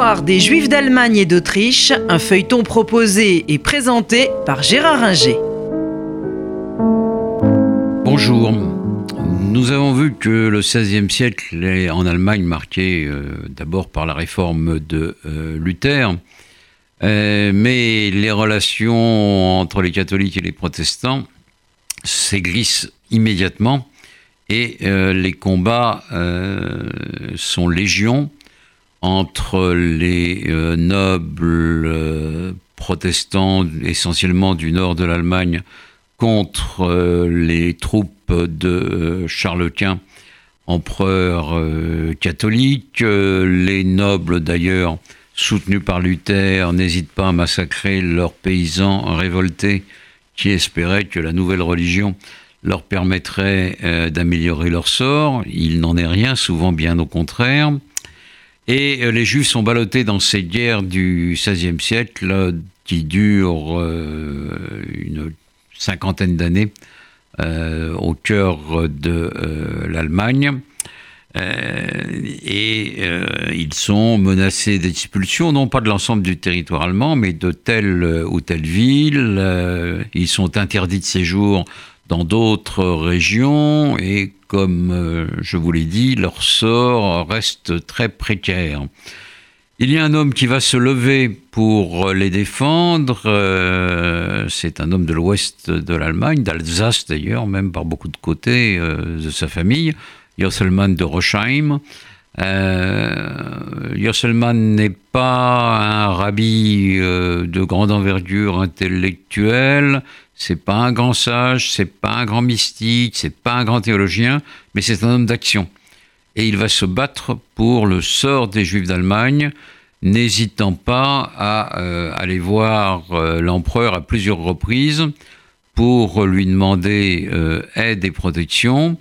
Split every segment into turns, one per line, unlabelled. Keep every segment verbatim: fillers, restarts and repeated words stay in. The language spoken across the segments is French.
L'histoire des Juifs d'Allemagne et d'Autriche, un feuilleton proposé et présenté par Gérard Inger.
Bonjour. Nous avons vu que le seizième siècle est en Allemagne marqué euh, d'abord par la réforme de euh, Luther, euh, mais les relations entre les catholiques et les protestants s'aigrissent immédiatement et euh, les combats euh, sont légion entre les euh, nobles euh, protestants, essentiellement du nord de l'Allemagne, contre euh, les troupes de euh, Charles Quint, empereur euh, catholique. Euh, les nobles, d'ailleurs, soutenus par Luther, n'hésitent pas à massacrer leurs paysans révoltés qui espéraient que la nouvelle religion leur permettrait euh, d'améliorer leur sort. Il n'en est rien, souvent bien au contraire. Et euh, les Juifs sont ballottés dans ces guerres du seizième siècle là, qui durent euh, une cinquantaine d'années euh, au cœur de euh, l'Allemagne. Euh, et euh, ils sont menacés d'expulsion, non pas de l'ensemble du territoire allemand, mais de telle ou telle ville. Euh, ils sont interdits de séjour dans d'autres régions et, comme euh, je vous l'ai dit, leur sort reste très précaire. Il y a un homme qui va se lever pour les défendre. Euh, c'est un homme de l'ouest de l'Allemagne, d'Alsace d'ailleurs, même par beaucoup de côtés euh, de sa famille, Josselmann de Roschheim. Euh, Josselmann n'est pas un rabbi euh, de grande envergure intellectuelle, c'est pas un grand sage, c'est pas un grand mystique, c'est pas un grand théologien, mais c'est un homme d'action. Et il va se battre pour le sort des Juifs d'Allemagne, n'hésitant pas à euh, aller voir euh, l'empereur à plusieurs reprises pour lui demander euh, aide et protection.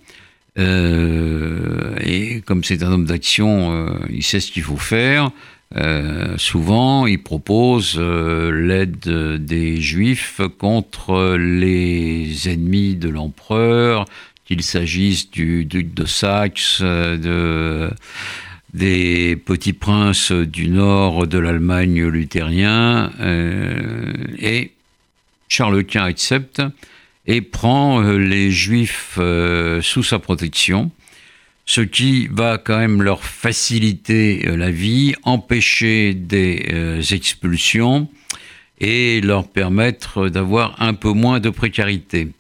Euh, et comme c'est un homme d'action, euh, il sait ce qu'il faut faire. Euh, souvent, il propose euh, l'aide des Juifs contre les ennemis de l'empereur, qu'il s'agisse du duc de Saxe, de, des petits princes du nord de l'Allemagne luthérien. Euh, et Charles Quint accepte et prend les Juifs euh, sous sa protection, ce qui va quand même leur faciliter la vie, empêcher des euh, expulsions et leur permettre d'avoir un peu moins de précarité.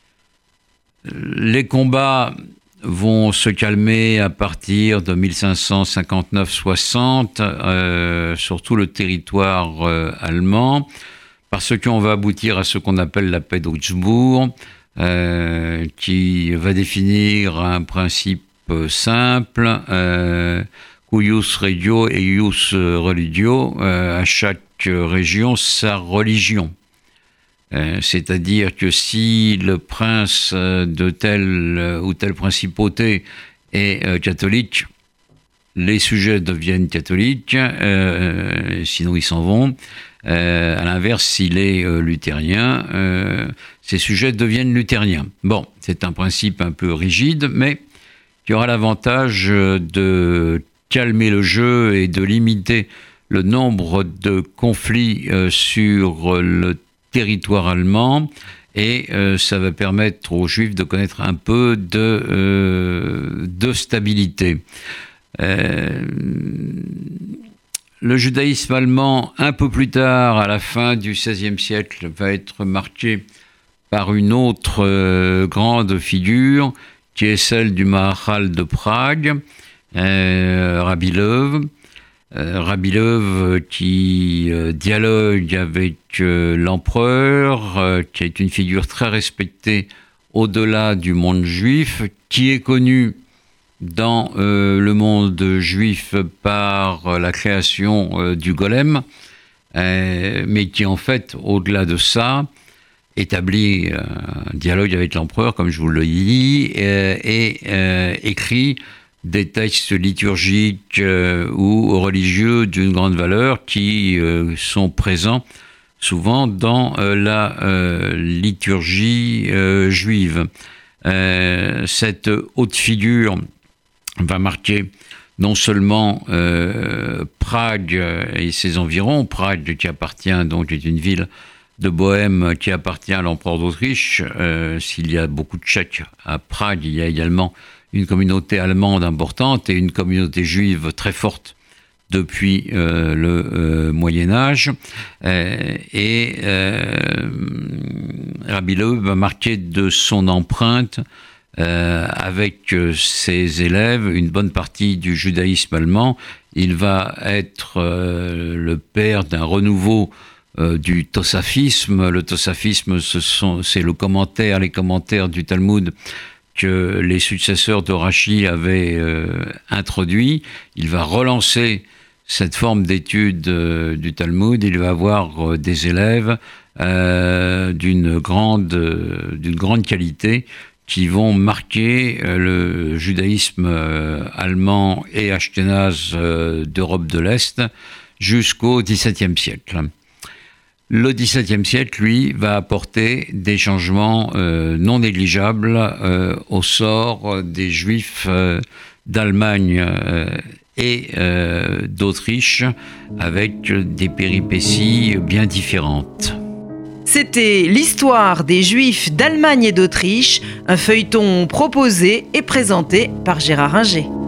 Les combats vont se calmer à partir de mille cinq cent cinquante-neuf soixante euh, sur tout le territoire euh, allemand, parce qu'on va aboutir à ce qu'on appelle la paix d'Augsbourg, euh, qui va définir un principe simple, euh, cuius regio et ius religio, euh, à chaque région sa religion. Euh, c'est-à-dire que si le prince de telle ou telle principauté est euh, catholique, les sujets deviennent catholiques, euh, sinon ils s'en vont. Euh, à l'inverse, s'il est euh, luthérien, euh, ces sujets deviennent luthériens. Bon, c'est un principe un peu rigide, mais qui aura l'avantage de calmer le jeu et de limiter le nombre de conflits euh, sur le territoire allemand, et euh, ça va permettre aux Juifs de connaître un peu de, euh, de stabilité. Euh, le judaïsme allemand, un peu plus tard, à la fin du seizième siècle, va être marqué par une autre euh, grande figure, qui est celle du Maharal de Prague, euh, Rabbi Löw. Euh, Rabbi Löw qui euh, dialogue avec euh, l'empereur, euh, qui est une figure très respectée au-delà du monde juif, qui est connu dans euh, le monde juif par la création euh, du golem, euh, mais qui en fait, au-delà de ça, établit euh, un dialogue avec l'empereur, comme je vous le dis, euh, et euh, écrit des textes liturgiques euh, ou religieux d'une grande valeur qui euh, sont présents souvent dans euh, la euh, liturgie euh, juive. Euh, cette haute figure va marquer non seulement euh, Prague et ses environs, Prague qui appartient donc est une ville de Bohême qui appartient à l'empereur d'Autriche. Euh, s'il y a beaucoup de Tchèques à Prague, il y a également une communauté allemande importante et une communauté juive très forte depuis euh, le euh, Moyen-Âge. Euh, et euh, Rabbi Leub va marquer de son empreinte euh, avec ses élèves une bonne partie du judaïsme allemand. Il va être euh, le père d'un renouveau euh, du tosafisme. Le tosafisme, ce sont, c'est le commentaire, les commentaires du Talmud que les successeurs de Rashi avaient euh, introduit. Il va relancer cette forme d'étude euh, du Talmud. Il va avoir euh, des élèves euh, d'une grande, euh, d'une grande qualité qui vont marquer euh, le judaïsme euh, allemand et ashkénaze euh, d'Europe de l'Est jusqu'au dix-septième siècle. Le dix-septième siècle, lui, va apporter des changements euh, non négligeables euh, au sort des Juifs euh, d'Allemagne euh, et euh, d'Autriche, avec des péripéties bien différentes.
C'était l'histoire des Juifs d'Allemagne et d'Autriche, un feuilleton proposé et présenté par Gérard Ringer.